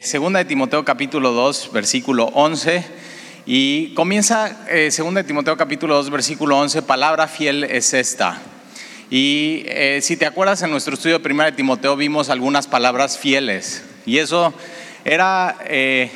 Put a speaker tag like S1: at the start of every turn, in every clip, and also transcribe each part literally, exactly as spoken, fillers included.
S1: Segunda de Timoteo capítulo dos, versículo once, y comienza eh, Segunda de Timoteo capítulo dos, versículo once, palabra fiel es esta. Y eh, si te acuerdas, en nuestro estudio de Primera de Timoteo vimos algunas palabras fieles, y eso era, eh,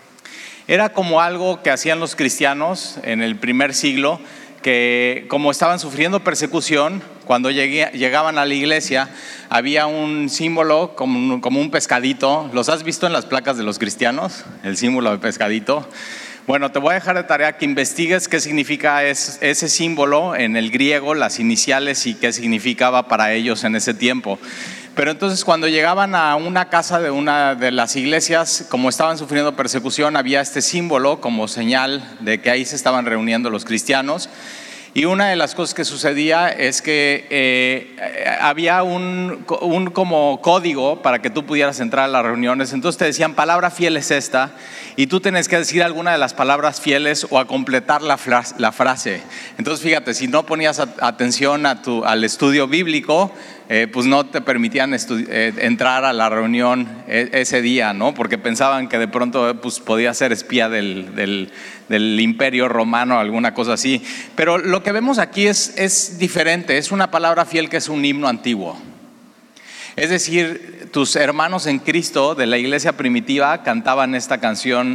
S1: era como algo que hacían los cristianos en el primer siglo, que como estaban sufriendo persecución, cuando llegué, llegaban a la iglesia, había un símbolo como, como un pescadito. ¿Los has visto en las placas de los cristianos? El símbolo de pescadito. Bueno, te voy a dejar de tarea que investigues qué significa es, ese símbolo en el griego, las iniciales y qué significaba para ellos en ese tiempo. Pero entonces cuando llegaban a una casa de una de las iglesias, como estaban sufriendo persecución, había este símbolo como señal de que ahí se estaban reuniendo los cristianos. Y una de las cosas que sucedía es que eh, había un, un como código para que tú pudieras entrar a las reuniones. Entonces te decían, palabra fiel es esta, y tú tenías que decir alguna de las palabras fieles o a completar la, frase, la frase. Entonces fíjate, si no ponías atención a tu, al estudio bíblico, eh, pues no te permitían estu- eh, entrar a la reunión eh, ese día, ¿no? Porque pensaban que de pronto pues, podía ser espía del, del, del imperio romano, alguna cosa así. Pero lo que vemos aquí es, es diferente, es una palabra fiel que es un himno antiguo. Es decir, tus hermanos en Cristo de la iglesia primitiva cantaban esta canción,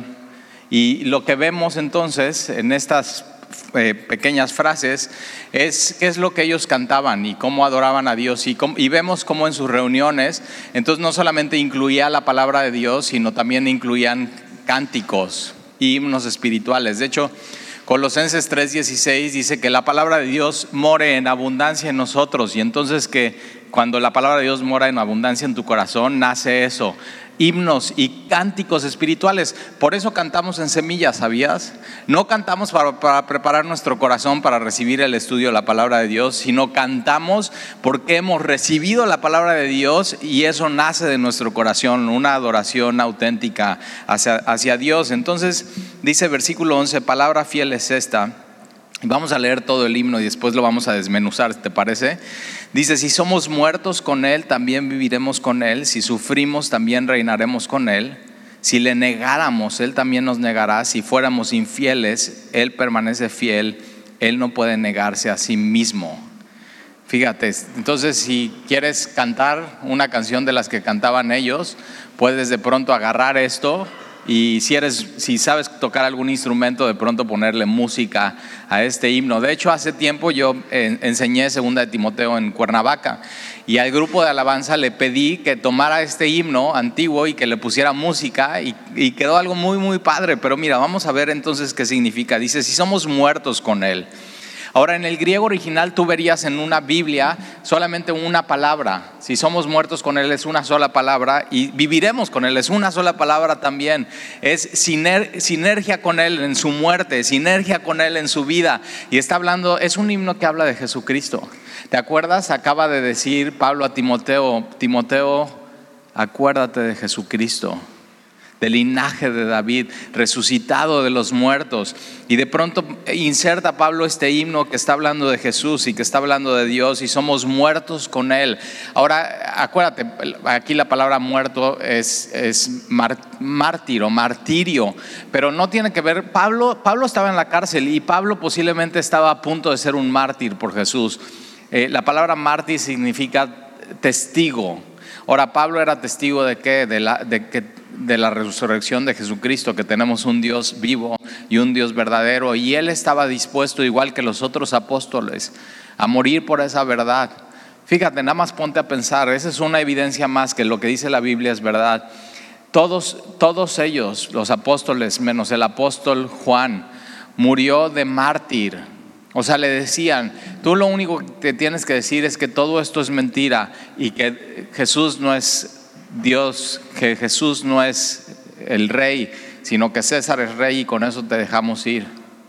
S1: y lo que vemos entonces en estas eh, pequeñas frases es qué es lo que ellos cantaban y cómo adoraban a Dios, y, cómo, y vemos cómo en sus reuniones entonces no solamente incluía la palabra de Dios, sino también incluían cánticos y himnos espirituales. De hecho, Colosenses tres dieciséis dice que la palabra de Dios more en abundancia en nosotros, y entonces que cuando la palabra de Dios mora en abundancia en tu corazón, nace eso, himnos y cánticos espirituales. Por eso cantamos en Semillas, ¿sabías? No cantamos para, para preparar nuestro corazón para recibir el estudio de la palabra de Dios, sino cantamos porque hemos recibido la palabra de Dios y eso nace de nuestro corazón, una adoración auténtica hacia, hacia Dios. Entonces dice versículo once, palabra fiel es esta. Vamos a leer todo el himno y después lo vamos a desmenuzar, ¿te parece? Dice, si somos muertos con Él, también viviremos con Él. Si sufrimos, también reinaremos con Él. Si le negáramos, Él también nos negará. Si fuéramos infieles, Él permanece fiel. Él no puede negarse a sí mismo. Fíjate, entonces si quieres cantar una canción de las que cantaban ellos, puedes de pronto agarrar esto. Y si eres, si sabes tocar algún instrumento, de pronto ponerle música a este himno. De hecho, hace tiempo yo enseñé Segunda de Timoteo en Cuernavaca, y al grupo de alabanza le pedí que tomara este himno antiguo y que le pusiera música, y, y quedó algo muy muy padre. Pero mira, vamos a ver entonces qué significa. Dice, si somos muertos con Él. Ahora, en el griego original tú verías en una Biblia solamente una palabra. Si somos muertos con Él es una sola palabra, y viviremos con Él es una sola palabra también. Es siner, sinergia con Él en su muerte, sinergia con Él en su vida. Y está hablando, es un himno que habla de Jesucristo. ¿Te acuerdas? Acaba de decir Pablo a Timoteo, Timoteo, acuérdate de Jesucristo, del linaje de David, resucitado de los muertos. Y de pronto inserta Pablo este himno que está hablando de Jesús y que está hablando de Dios, y somos muertos con Él. Ahora, acuérdate, aquí la palabra muerto es, es mar, mártir o martirio, pero no tiene que ver. Pablo, Pablo estaba en la cárcel, y Pablo posiblemente estaba a punto de ser un mártir por Jesús. Eh, la palabra mártir significa testigo. Ahora, Pablo era testigo de qué, de la, de que de la resurrección de Jesucristo, que tenemos un Dios vivo y un Dios verdadero, y él estaba dispuesto, igual que los otros apóstoles, a morir por esa verdad. Fíjate, nada más ponte a pensar, esa es una evidencia más que lo que dice la Biblia es verdad. Todos, todos ellos, los apóstoles, menos el apóstol Juan, murió de mártir. O sea, le decían, tú lo único que te tienes que decir es que todo esto es mentira y que Jesús no es Dios, que Jesús no es el rey, sino que César es rey, y con eso te dejamos ir.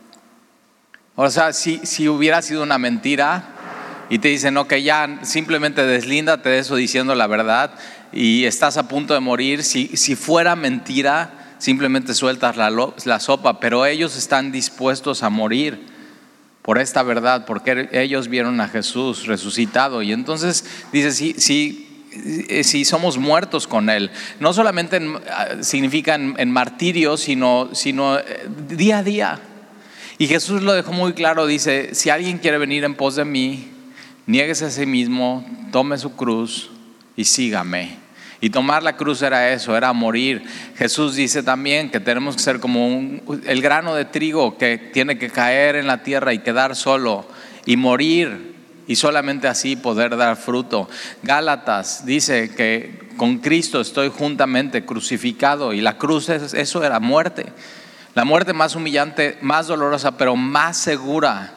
S1: O sea, si, si hubiera sido una mentira y te dicen, ok, ya simplemente deslíndate de eso diciendo la verdad y estás a punto de morir, si, si fuera mentira, simplemente sueltas la, la sopa, pero ellos están dispuestos a morir por esta verdad, porque ellos vieron a Jesús resucitado. Y entonces dice, si, si si somos muertos con Él. No solamente en, significa en, en martirio, sino, sino día a día. Y Jesús lo dejó muy claro, dice: si alguien quiere venir en pos de mí, niéguese a sí mismo, tome su cruz y sígame. Y tomar la cruz era eso, era morir. Jesús dice también que tenemos que ser como un, el grano de trigo que tiene que caer en la tierra y quedar solo y morir, y solamente así poder dar fruto. Gálatas dice que con Cristo estoy juntamente crucificado, y la cruz, eso era muerte. La muerte más humillante, más dolorosa, pero más segura.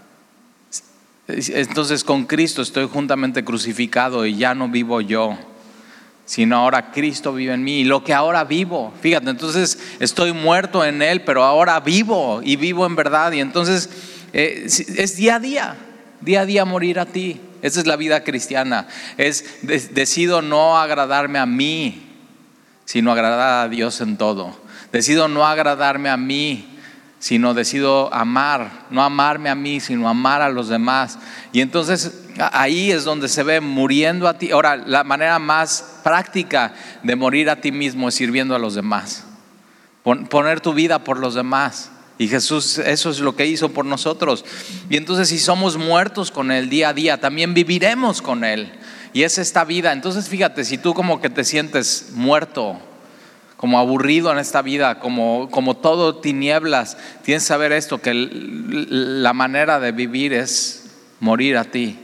S1: Entonces con Cristo estoy juntamente crucificado y ya no vivo yo, sino ahora Cristo vive en mí. Y lo que ahora vivo, fíjate, entonces estoy muerto en Él, pero ahora vivo, y vivo en verdad. Y entonces eh, es día a día, día a día morir a ti. Esa es la vida cristiana. Es decido no agradarme a mí, sino agradar a Dios en todo. Decido no agradarme a mí, sino decido amar, no amarme a mí, sino amar a los demás. Y entonces ahí es donde se ve muriendo a ti. Ahora, la manera más práctica de morir a ti mismo es sirviendo a los demás, poner tu vida por los demás. Y Jesús eso es lo que hizo por nosotros. Y entonces si somos muertos con Él día a día, también viviremos con Él. Y es esta vida. Entonces fíjate, si tú como que te sientes muerto, como aburrido en esta vida, como, como todo tinieblas, tienes que saber esto, que la manera de vivir es morir a ti.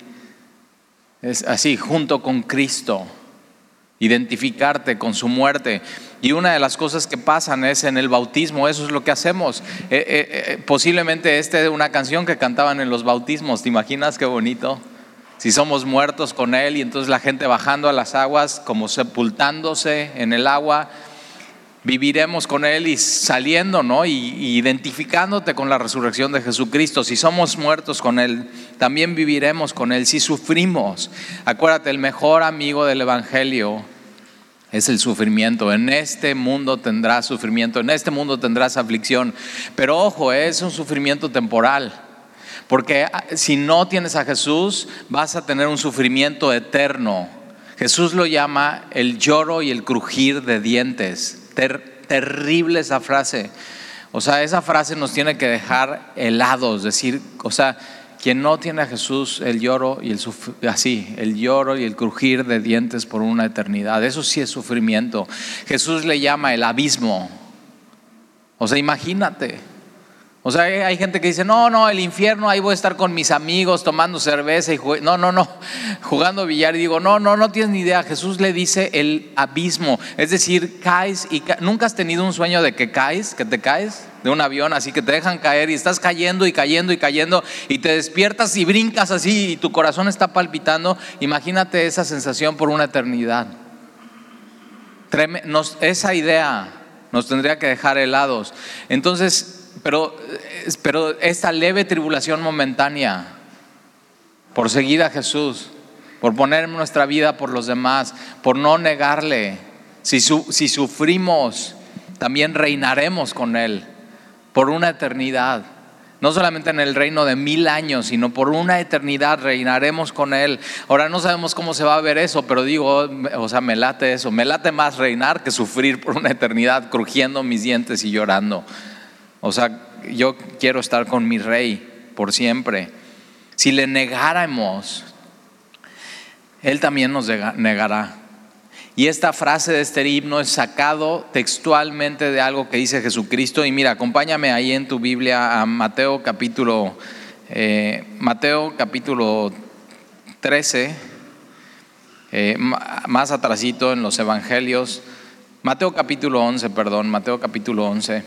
S1: Es así, junto con Cristo, identificarte con su muerte. Y una de las cosas que pasan es en el bautismo, eso es lo que hacemos. Eh, eh, eh, posiblemente esta es una canción que cantaban en los bautismos. ¿Te imaginas qué bonito? Si somos muertos con Él, y entonces la gente bajando a las aguas, como sepultándose en el agua, viviremos con Él y saliendo, ¿no? Y, y identificándote con la resurrección de Jesucristo. Si somos muertos con Él, también viviremos con Él. Si sufrimos, acuérdate, el mejor amigo del Evangelio es el sufrimiento. En este mundo tendrás sufrimiento, en este mundo tendrás aflicción. Pero ojo, es un sufrimiento temporal, porque si no tienes a Jesús, vas a tener un sufrimiento eterno. Jesús lo llama el lloro y el crujir de dientes. Ter- terrible esa frase. O sea, esa frase nos tiene que dejar helados. Decir, o sea, quien no tiene a Jesús, el lloro y el suf- así, el lloro y el crujir de dientes por una eternidad. Eso sí es sufrimiento. Jesús le llama el abismo. O sea, imagínate. O sea, hay gente que dice: no, no, el infierno, ahí voy a estar con mis amigos tomando cerveza y jug- no, no, no, jugando billar. Y digo: no, no, no tienes ni idea. Jesús le dice el abismo, es decir, caes y ca- ¿nunca has tenido un sueño de que caes, que te caes de un avión, así que te dejan caer y estás cayendo y cayendo y cayendo y te despiertas y brincas así y tu corazón está palpitando? Imagínate esa sensación por una eternidad. Treme- nos, esa idea nos tendría que dejar helados. Entonces, Pero, pero esta leve tribulación momentánea por seguir a Jesús, por poner nuestra vida por los demás, por no negarle, si, su, si sufrimos, también reinaremos con Él por una eternidad. No solamente en el reino de mil años, sino por una eternidad reinaremos con Él. Ahora no sabemos cómo se va a ver eso, pero digo, o sea, me late eso. Me late más reinar que sufrir por una eternidad crujiendo mis dientes y llorando. O sea, yo quiero estar con mi Rey por siempre. Si le negáramos, Él también nos negará. Y esta frase de este himno es sacado textualmente de algo que dice Jesucristo. Y mira, acompáñame ahí en tu Biblia a Mateo capítulo, eh, Mateo capítulo trece, eh, más atrasito en los evangelios. Mateo capítulo once, perdón, Mateo capítulo once.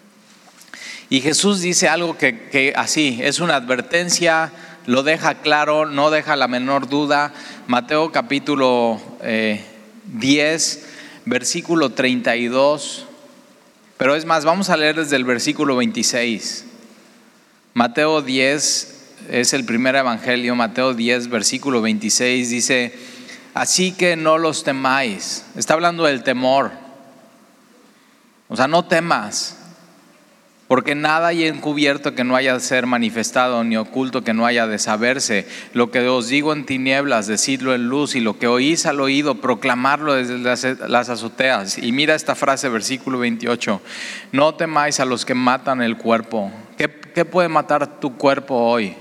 S1: Y Jesús dice algo que, que así, es una advertencia, lo deja claro, no deja la menor duda. Mateo capítulo eh, diez, versículo treinta y dos. Pero es más, vamos a leer desde el versículo veintiséis. Mateo diez es el primer evangelio. Mateo diez, versículo veintiséis dice: así que no los temáis. Está hablando del temor. O sea, no temas. Porque nada hay encubierto que no haya de ser manifestado, ni oculto que no haya de saberse. Lo que os digo en tinieblas, decidlo en luz, y lo que oís al oído, proclamarlo desde las, las azoteas. Y mira esta frase, versículo veintiocho: no temáis a los que matan el cuerpo. ¿Qué, qué puede matar tu cuerpo hoy?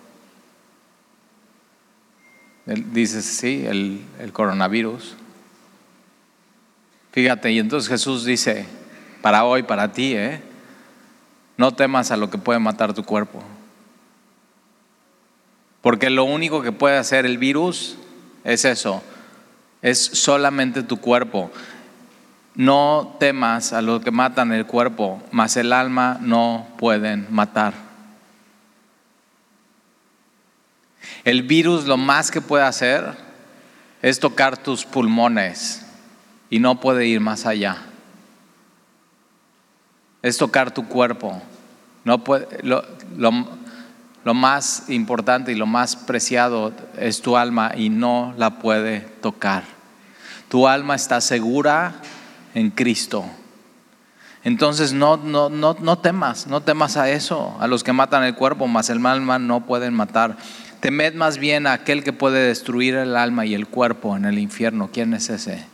S1: Dices, sí, el, el coronavirus. Fíjate, y entonces Jesús dice, para hoy, para ti, ¿eh? no temas a lo que puede matar tu cuerpo. Porque lo único que puede hacer el virus es eso, es solamente tu cuerpo. No temas a lo que matan el cuerpo, mas el alma no pueden matar. El virus lo más que puede hacer es tocar tus pulmones y no puede ir más allá. Es tocar tu cuerpo. No puede, lo, lo, lo más importante y lo más preciado es tu alma y no la puede tocar. Tu alma está segura en Cristo. Entonces no, no, no, no temas, no temas a eso, a los que matan el cuerpo, mas el alma no pueden matar. Temed más bien a aquel que puede destruir el alma y el cuerpo en el infierno. ¿Quién es ese?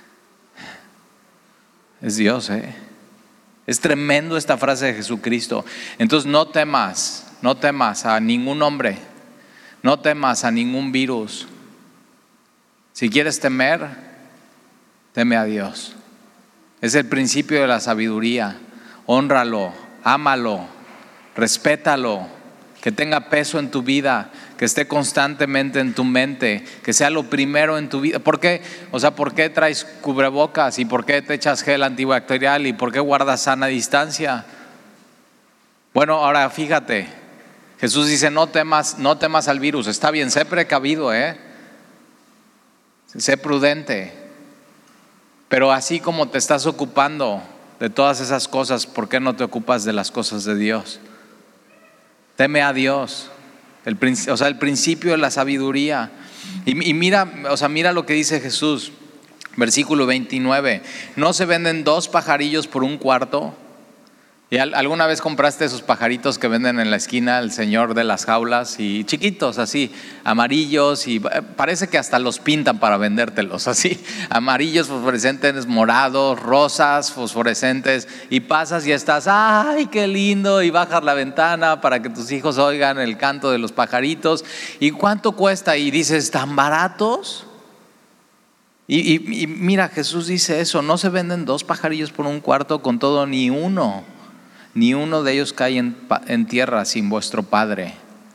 S1: Es Dios, ¿eh? Es tremendo esta frase de Jesucristo. Entonces no temas, no temas a ningún hombre, no temas a ningún virus. Si quieres temer, teme a Dios. Es el principio de la sabiduría. Hónralo, ámalo, respétalo, que tenga peso en tu vida, que esté constantemente en tu mente, que sea lo primero en tu vida. ¿Por qué? O sea, ¿por qué traes cubrebocas? ¿Y por qué te echas gel antibacterial? ¿Y por qué guardas sana distancia? Bueno, ahora fíjate, Jesús dice, no temas, no temas al virus. Está bien, sé precavido, ¿eh? Sé prudente. Pero así como te estás ocupando de todas esas cosas, ¿por qué no te ocupas de las cosas de Dios? Teme a Dios, el, o sea, el principio de la sabiduría. Y, y mira, o sea, mira lo que dice Jesús, versículo veintinueve. ¿No se venden dos pajarillos por un cuarto? ¿Y alguna vez compraste esos pajaritos que venden en la esquina, el señor de las jaulas, y chiquitos así, amarillos, y parece que hasta los pintan para vendértelos así, amarillos, fosforescentes, morados, rosas, fosforescentes, y pasas y estás, ¡ay, qué lindo! Y bajas la ventana para que tus hijos oigan el canto de los pajaritos. ¿Y cuánto cuesta? Y dices, ¿tan baratos? Y, y, y mira, Jesús dice eso, no se venden dos pajarillos por un cuarto, con todo ni uno. Ni uno de ellos cae en, en tierra sin vuestro Padre.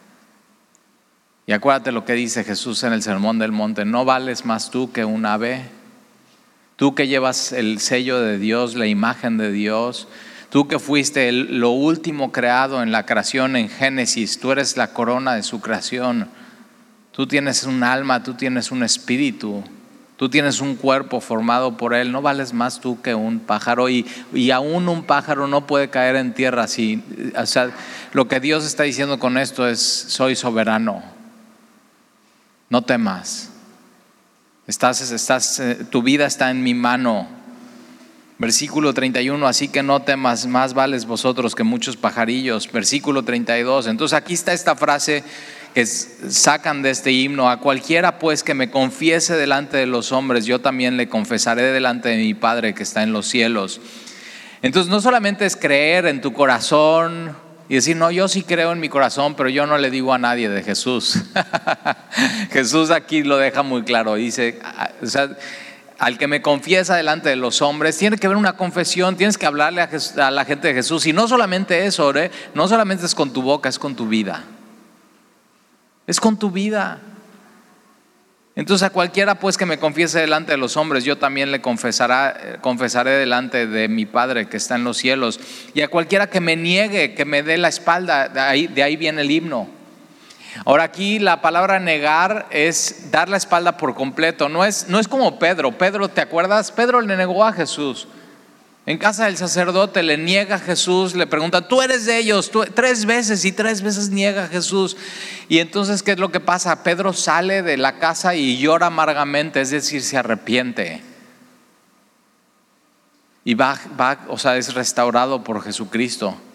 S1: Y acuérdate lo que dice Jesús en el Sermón del Monte: ¿no vales más tú que un ave? Tú que llevas el sello de Dios, la imagen de Dios, tú que fuiste el, lo último creado en la creación en Génesis, tú eres la corona de su creación. Tú tienes un alma, tú tienes un espíritu, tú tienes un cuerpo formado por Él. No vales más tú que un pájaro, y, y aún un pájaro no puede caer en tierra. Si, o sea, lo que Dios está diciendo con esto es: soy soberano, no temas, estás, estás, tu vida está en mi mano. Versículo treinta y uno, así que no temas, más vales vosotros que muchos pajarillos. Versículo treinta y dos, entonces aquí está esta frase que sacan de este himno: a cualquiera pues que me confiese delante de los hombres, yo también le confesaré delante de mi Padre que está en los cielos. Entonces no solamente es creer en tu corazón y decir, no, yo sí creo en mi corazón, pero yo no le digo a nadie de Jesús. Jesús aquí lo deja muy claro, dice, o sea, al que me confiesa delante de los hombres, tiene que haber una confesión, tienes que hablarle a, Jesús, a la gente de Jesús. Y no solamente eso, ¿eh? No solamente es con tu boca, es con tu vida. Es con tu vida. Entonces a cualquiera pues que me confiese delante de los hombres, yo también le confesará, confesaré delante de mi Padre que está en los cielos. Y a cualquiera que me niegue, que me dé la espalda, de ahí, de ahí viene el himno. Ahora aquí la palabra negar es dar la espalda por completo. No es, no es como Pedro. Pedro, ¿te acuerdas? Pedro le negó a Jesús. En casa del sacerdote le niega a Jesús, le pregunta, tú eres de ellos, tú, tres veces y tres veces niega a Jesús. Y entonces, ¿qué es lo que pasa? Pedro sale de la casa y llora amargamente, es decir, se arrepiente. Y va, va, o sea, es restaurado por Jesucristo.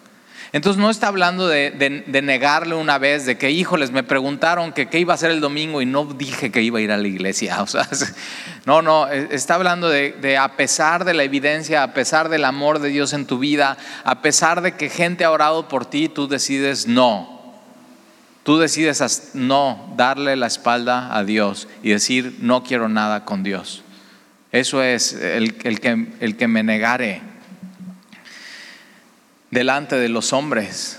S1: Entonces no está hablando de, de, de negarle una vez, de que híjoles, me preguntaron que qué iba a hacer el domingo y no dije que iba a ir a la iglesia. O sea, no, no, está hablando de, de a pesar de la evidencia, a pesar del amor de Dios en tu vida, a pesar de que gente ha orado por ti, tú decides no. Tú decides no darle la espalda a Dios y decir no quiero nada con Dios. Eso es el, el, que, el que me negare delante de los hombres,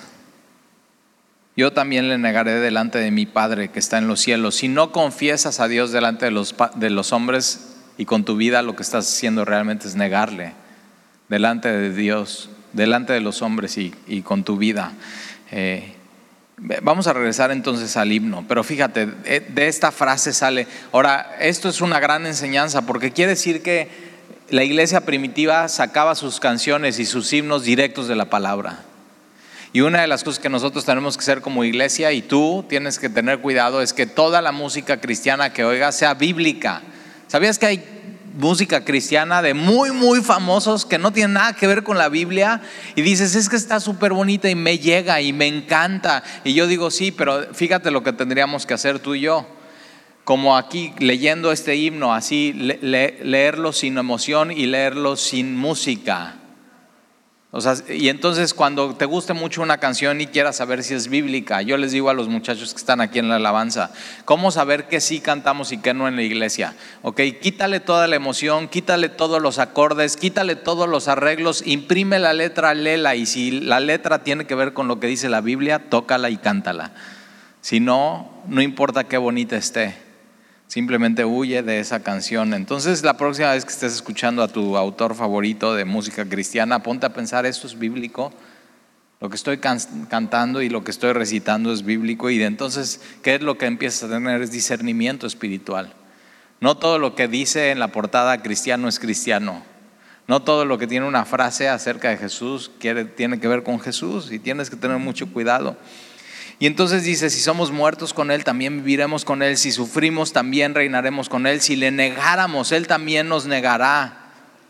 S1: yo también le negaré delante de mi Padre que está en los cielos. Si no confiesas a Dios delante de los, de los hombres y con tu vida, lo que estás haciendo realmente es negarle delante de Dios, delante de los hombres y, y con tu vida. Eh, vamos a regresar entonces al himno, pero fíjate, de esta frase sale. Ahora, esto es una gran enseñanza porque quiere decir que la iglesia primitiva sacaba sus canciones y sus himnos directos de la palabra. Y una de las cosas que nosotros tenemos que hacer como iglesia, y tú tienes que tener cuidado, es que toda la música cristiana que oigas sea bíblica. ¿Sabías que hay música cristiana de muy muy famosos que no tienen nada que ver con la Biblia? Y dices, es que está súper bonita y me llega y me encanta. Y yo digo, sí, pero fíjate lo que tendríamos que hacer tú y yo. Como aquí leyendo este himno, así le, le, leerlo sin emoción y leerlo sin música. O sea, y entonces cuando te guste mucho una canción y quieras saber si es bíblica, yo les digo a los muchachos que están aquí en la alabanza, ¿cómo saber qué sí cantamos y qué no en la iglesia? Ok, quítale toda la emoción, quítale todos los acordes, quítale todos los arreglos, imprime la letra, léela, y si la letra tiene que ver con lo que dice la Biblia, tócala y cántala. Si no, no importa qué bonita esté. Simplemente huye de esa canción. Entonces la próxima vez que estés escuchando a tu autor favorito de música cristiana, ponte a pensar, ¿esto es bíblico? Lo que estoy can- cantando y lo que estoy recitando es bíblico. Y de entonces, ¿qué es lo que empiezas a tener? Es discernimiento espiritual. No todo lo que dice en la portada cristiano es cristiano. No todo lo que tiene una frase acerca de Jesús quiere, tiene que ver con Jesús, y tienes que tener mucho cuidado. Y entonces dice, si somos muertos con Él, también viviremos con Él. Si sufrimos, también reinaremos con Él. Si le negáramos, Él también nos negará.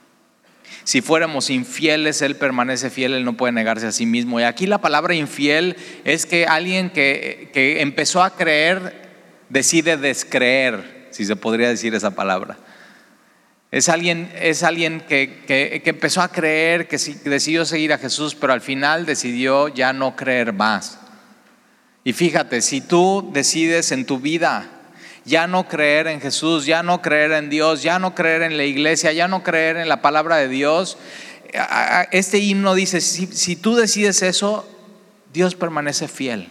S1: Si fuéramos infieles, Él permanece fiel, Él no puede negarse a sí mismo. Y aquí la palabra infiel es que alguien que, que empezó a creer decide descreer, si se podría decir esa palabra. Es alguien, es alguien que, que, que empezó a creer, que decidió seguir a Jesús, pero al final decidió ya no creer más. Y fíjate, si tú decides en tu vida ya no creer en Jesús, ya no creer en Dios, ya no creer en la iglesia, ya no creer en la palabra de Dios, este himno dice, si, si tú decides eso, Dios permanece fiel.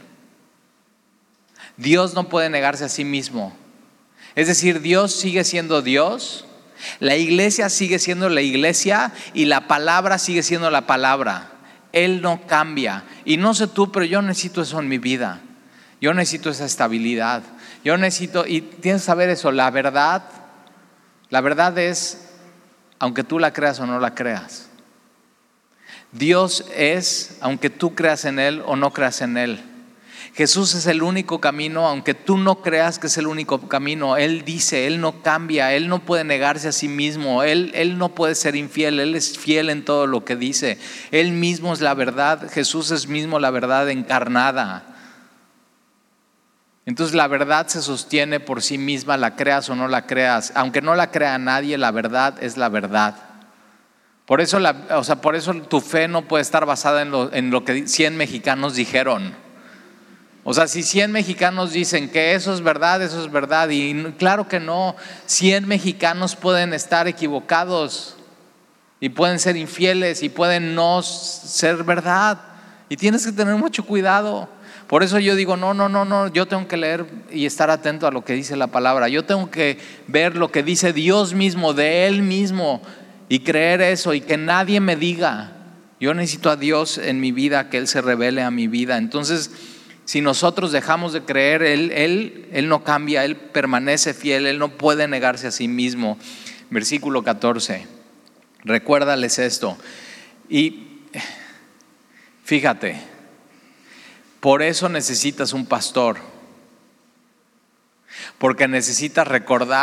S1: Dios no puede negarse a sí mismo. Es decir, Dios sigue siendo Dios, la iglesia sigue siendo la iglesia y la palabra sigue siendo la palabra. Él no cambia. Y no sé tú, pero yo necesito eso en mi vida. Yo necesito esa estabilidad. Yo necesito, y tienes que saber eso, la verdad, la verdad es, aunque tú la creas o no la creas, Dios es, aunque tú creas en Él o no creas en Él. Jesús es el único camino, aunque tú no creas que es el único camino. Él dice, Él no cambia, Él no puede negarse a sí mismo, Él, Él no puede ser infiel, Él es fiel en todo lo que dice. Él mismo es la verdad, Jesús es mismo la verdad encarnada. Entonces la verdad se sostiene por sí misma, la creas o no la creas. Aunque no la crea nadie, la verdad es la verdad. Por eso, la, o sea, por eso tu fe no puede estar basada en lo, en lo que cien mexicanos dijeron. O sea, si cien mexicanos dicen que eso es verdad, eso es verdad. Y claro que no, cien mexicanos pueden estar equivocados y pueden ser infieles y pueden no ser verdad. Y tienes que tener mucho cuidado. Por eso yo digo, no, no, no, no, yo tengo que leer y estar atento a lo que dice la palabra. Yo tengo que ver lo que dice Dios mismo, de Él mismo, y creer eso y que nadie me diga. Yo necesito a Dios en mi vida, que Él se revele a mi vida. Entonces, si nosotros dejamos de creer, Él, Él, Él no cambia, Él permanece fiel, Él no puede negarse a sí mismo. Versículo catorce, recuérdales esto. Y fíjate, por eso necesitas un pastor, porque necesitas recordar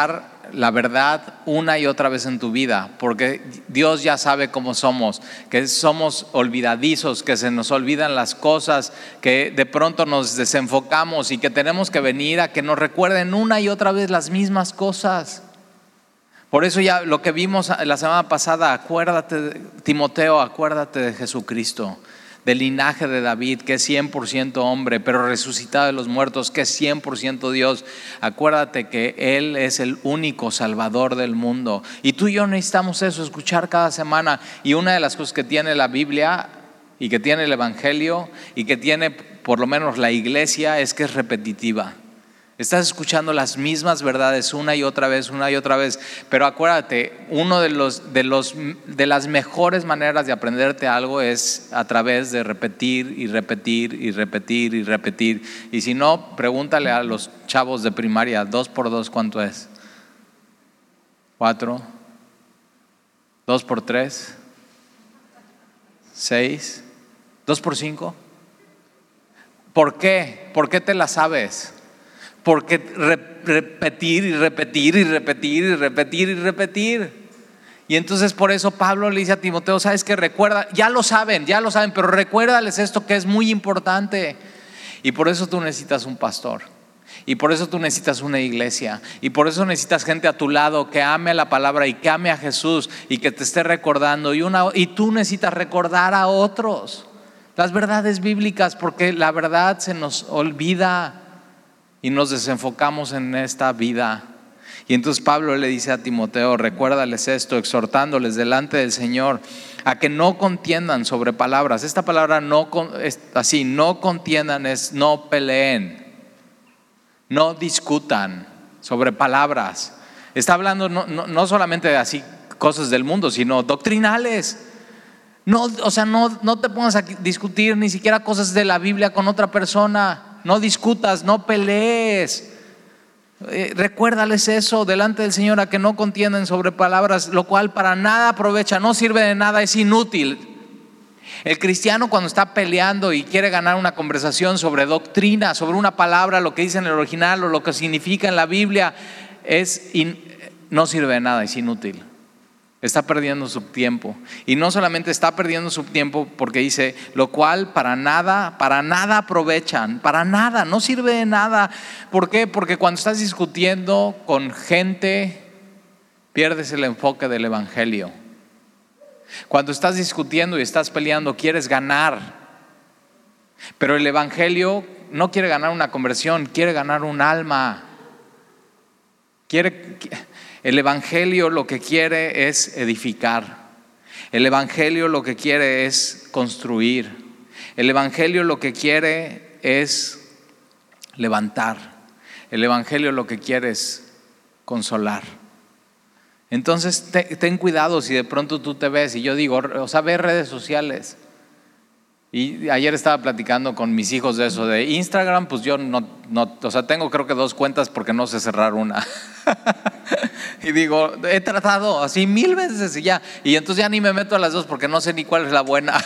S1: la verdad una y otra vez en tu vida, porque Dios ya sabe cómo somos, que somos olvidadizos, que se nos olvidan las cosas, que de pronto nos desenfocamos y que tenemos que venir a que nos recuerden una y otra vez las mismas cosas. Por eso ya lo que vimos la semana pasada, acuérdate, Timoteo, acuérdate de Jesucristo, del linaje de David, que es cien por ciento hombre, pero resucitado de los muertos, que es cien por ciento Dios. Acuérdate que Él es el único Salvador del mundo. Y tú y yo necesitamos eso, escuchar cada semana. Y una de las cosas que tiene la Biblia y que tiene el Evangelio y que tiene por lo menos la iglesia es que es repetitiva. Estás escuchando las mismas verdades una y otra vez, una y otra vez. Pero acuérdate, uno de los, de los, de las mejores maneras de aprenderte algo es a través de repetir y repetir y repetir y repetir. Y si no, pregúntale a los chavos de primaria, dos por dos, ¿cuánto es? Cuatro. Dos por tres. Seis. Dos por cinco. ¿Por qué? ¿Por qué te la sabes? Porque re- repetir y repetir y repetir y repetir y repetir. Y entonces por eso Pablo le dice a Timoteo, sabes que recuerda, ya lo saben, ya lo saben, pero recuérdales esto que es muy importante. Y por eso tú necesitas un pastor. Y por eso tú necesitas una iglesia. Y por eso necesitas gente a tu lado que ame la palabra y que ame a Jesús y que te esté recordando. Y, una, y tú necesitas recordar a otros las verdades bíblicas, porque la verdad se nos olvida y nos desenfocamos en esta vida. Y entonces Pablo le dice a Timoteo, recuérdales esto, exhortándoles delante del Señor a que no contiendan sobre palabras. Esta palabra no es así, no contiendan es no peleen, no discutan sobre palabras. Está hablando no, no, no solamente de así cosas del mundo, sino doctrinales. No, o sea, no, no te pongas a discutir ni siquiera cosas de la Biblia con otra persona. No discutas, no pelees. Eh, recuérdales eso delante del Señor, a que no contienden sobre palabras, lo cual para nada aprovecha, no sirve de nada, es inútil. El cristiano, cuando está peleando y quiere ganar una conversación sobre doctrina, sobre una palabra, lo que dice en el original o lo que significa en la Biblia, es in, no sirve de nada, es inútil. Está perdiendo su tiempo. Y no solamente está perdiendo su tiempo porque dice, lo cual para nada, para nada aprovechan, para nada, no sirve de nada. ¿Por qué? Porque cuando estás discutiendo con gente, pierdes el enfoque del Evangelio. Cuando estás discutiendo y estás peleando, quieres ganar. Pero el Evangelio no quiere ganar una conversión, quiere ganar un alma. Quiere... El Evangelio lo que quiere es edificar. El Evangelio lo que quiere es construir. El Evangelio lo que quiere es levantar. El Evangelio lo que quiere es consolar. Entonces te, ten cuidado si de pronto tú te ves y yo digo, o sea, ve redes sociales. Y ayer estaba platicando con mis hijos de eso, de Instagram, pues yo no, no, o sea, tengo creo que dos cuentas porque no sé cerrar una. Y digo, he tratado así mil veces y ya, y entonces ya ni me meto a las dos porque no sé ni cuál es la buena.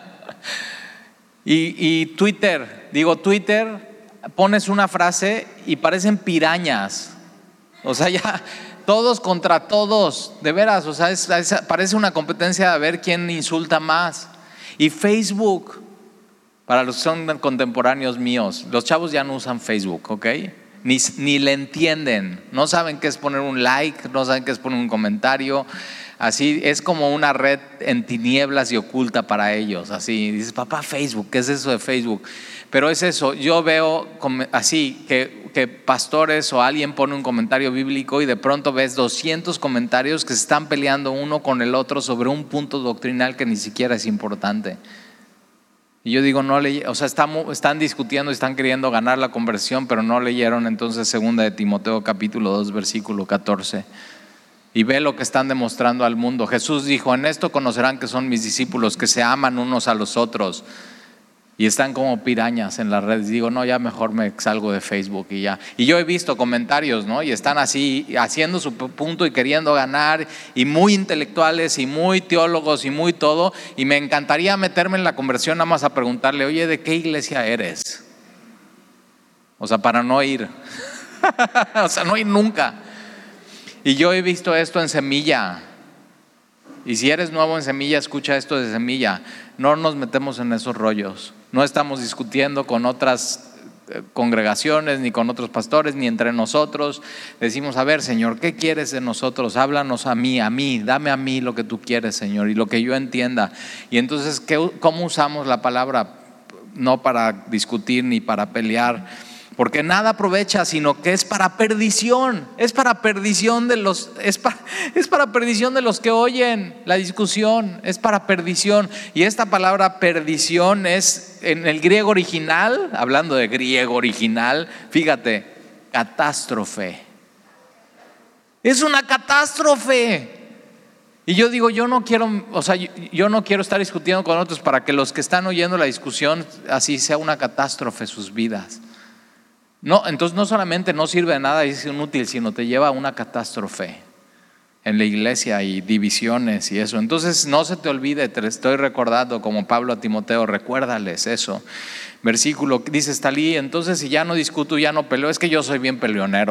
S1: y, y Twitter, digo, Twitter, pones una frase y parecen pirañas. O sea, ya todos contra todos, de veras, o sea, es, es, parece una competencia de ver quién insulta más. Y Facebook, para los que son contemporáneos míos, los chavos ya no usan Facebook, ¿ok? Ni, ni le entienden, no saben qué es poner un like, no saben qué es poner un comentario. Así es como una red en tinieblas y oculta para ellos. Así dices, papá, Facebook, ¿qué es eso de Facebook? Pero es eso, yo veo así que, que pastores o alguien pone un comentario bíblico y de pronto ves doscientos comentarios que se están peleando uno con el otro sobre un punto doctrinal que ni siquiera es importante. Y yo digo, no le, o sea, están, están discutiendo y están queriendo ganar la conversión, pero no leyeron entonces segunda de Timoteo capítulo dos versículo catorce. Y ve lo que están demostrando al mundo. Jesús dijo, en esto conocerán que son mis discípulos, que se aman unos a los otros. Y están como pirañas en las redes. Digo, no, ya mejor me salgo de Facebook y ya. Y yo he visto comentarios, ¿no? Y están así haciendo su punto y queriendo ganar, y muy intelectuales y muy teólogos y muy todo. Y me encantaría meterme en la conversión nada más a preguntarle, oye, ¿de qué iglesia eres? O sea, para no ir. O sea, no ir nunca. Y yo he visto esto en Semilla. Y si eres nuevo en Semilla, escucha esto de Semilla. No nos metemos en esos rollos. No estamos discutiendo con otras congregaciones, ni con otros pastores, ni entre nosotros. Decimos, a ver, Señor, ¿qué quieres de nosotros? Háblanos a mí, a mí, dame a mí lo que tú quieres, Señor, y lo que yo entienda. Y entonces, ¿qué, ¿cómo usamos la palabra? No para discutir ni para pelear, porque nada aprovecha, sino que es para perdición. Es para perdición de los es para, es para perdición de los que oyen la discusión. Es para perdición. Y esta palabra perdición es en el griego original, hablando de griego original, fíjate, catástrofe. Es una catástrofe. Y yo digo, yo no quiero, o sea, yo, yo no quiero estar discutiendo con otros para que los que están oyendo la discusión así sea una catástrofe sus vidas. No, entonces no solamente no sirve de nada y es inútil, sino te lleva a una catástrofe en la iglesia y divisiones y eso. Entonces no se te olvide, te estoy recordando como Pablo a Timoteo, recuérdales eso. Versículo, dice Estalí, entonces si ya no discuto, ya no peleo, es que yo soy bien peleonero.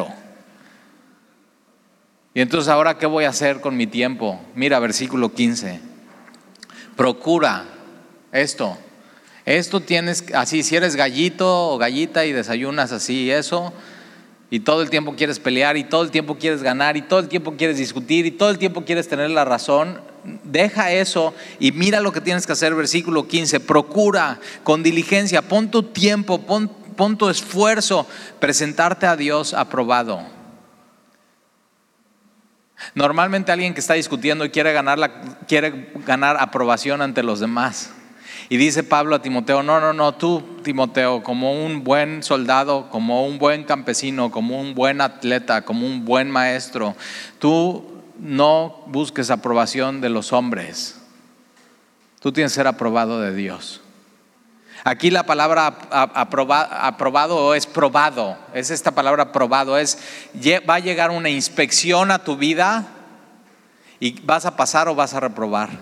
S1: Y entonces ahora ¿qué voy a hacer con mi tiempo? Mira, versículo quince, procura esto. Esto tienes así, si eres gallito o gallita y desayunas así eso, y todo el tiempo quieres pelear y todo el tiempo quieres ganar y todo el tiempo quieres discutir y todo el tiempo quieres tener la razón, deja eso y mira lo que tienes que hacer. Versículo quince, procura con diligencia, pon tu tiempo, pon, pon tu esfuerzo, presentarte a Dios aprobado. Normalmente alguien que está discutiendo y quiere ganar, la, quiere ganar aprobación ante los demás. Y dice Pablo a Timoteo, no, no, no, tú Timoteo, como un buen soldado, como un buen campesino, como un buen atleta, como un buen maestro, tú no busques aprobación de los hombres. Tú tienes que ser aprobado de Dios. Aquí la palabra aprobado, aprobado es probado, es esta palabra probado, es va a llegar una inspección a tu vida y vas a pasar o vas a reprobar.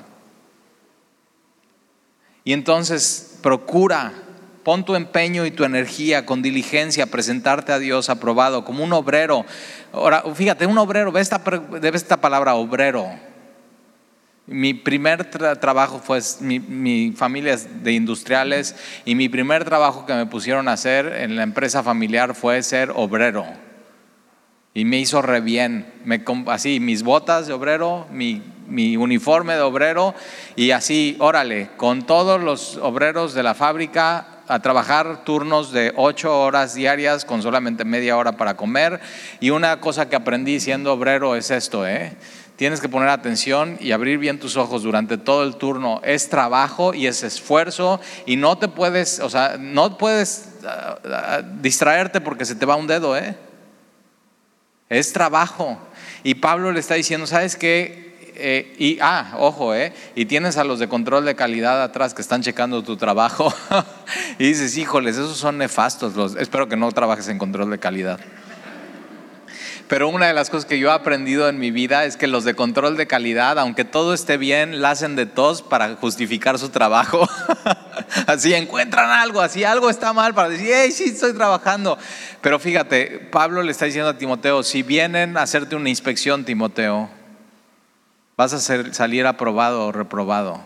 S1: Y entonces procura, pon tu empeño y tu energía con diligencia a presentarte a Dios aprobado, como un obrero. Ahora, fíjate, un obrero, ve esta, ve esta palabra obrero. Mi primer tra- trabajo fue, mi, mi familia es de industriales y mi primer trabajo que me pusieron a hacer en la empresa familiar fue ser obrero. Y me hizo re bien, me, así mis botas de obrero, mi, mi uniforme de obrero y así, órale, con todos los obreros de la fábrica a trabajar turnos de ocho horas diarias con solamente media hora para comer. Y una cosa que aprendí siendo obrero es esto, ¿eh? Tienes que poner atención y abrir bien tus ojos durante todo el turno. Es trabajo y es esfuerzo y no te puedes, o sea, no puedes uh, uh, distraerte porque se te va un dedo, ¿eh? Es trabajo. Y Pablo le está diciendo, ¿sabes qué? Eh, y, ah, ojo, eh, y tienes a los de control de calidad atrás que están checando tu trabajo y dices, híjoles, esos son nefastos, los, espero que no trabajes en control de calidad. Pero una de las cosas que yo he aprendido en mi vida es que los de control de calidad, aunque todo esté bien, la hacen de tos para justificar su trabajo. Así encuentran algo, así algo está mal para decir, hey, sí estoy trabajando. Pero fíjate, Pablo le está diciendo a Timoteo, si vienen a hacerte una inspección, Timoteo, vas a ser, salir aprobado o reprobado.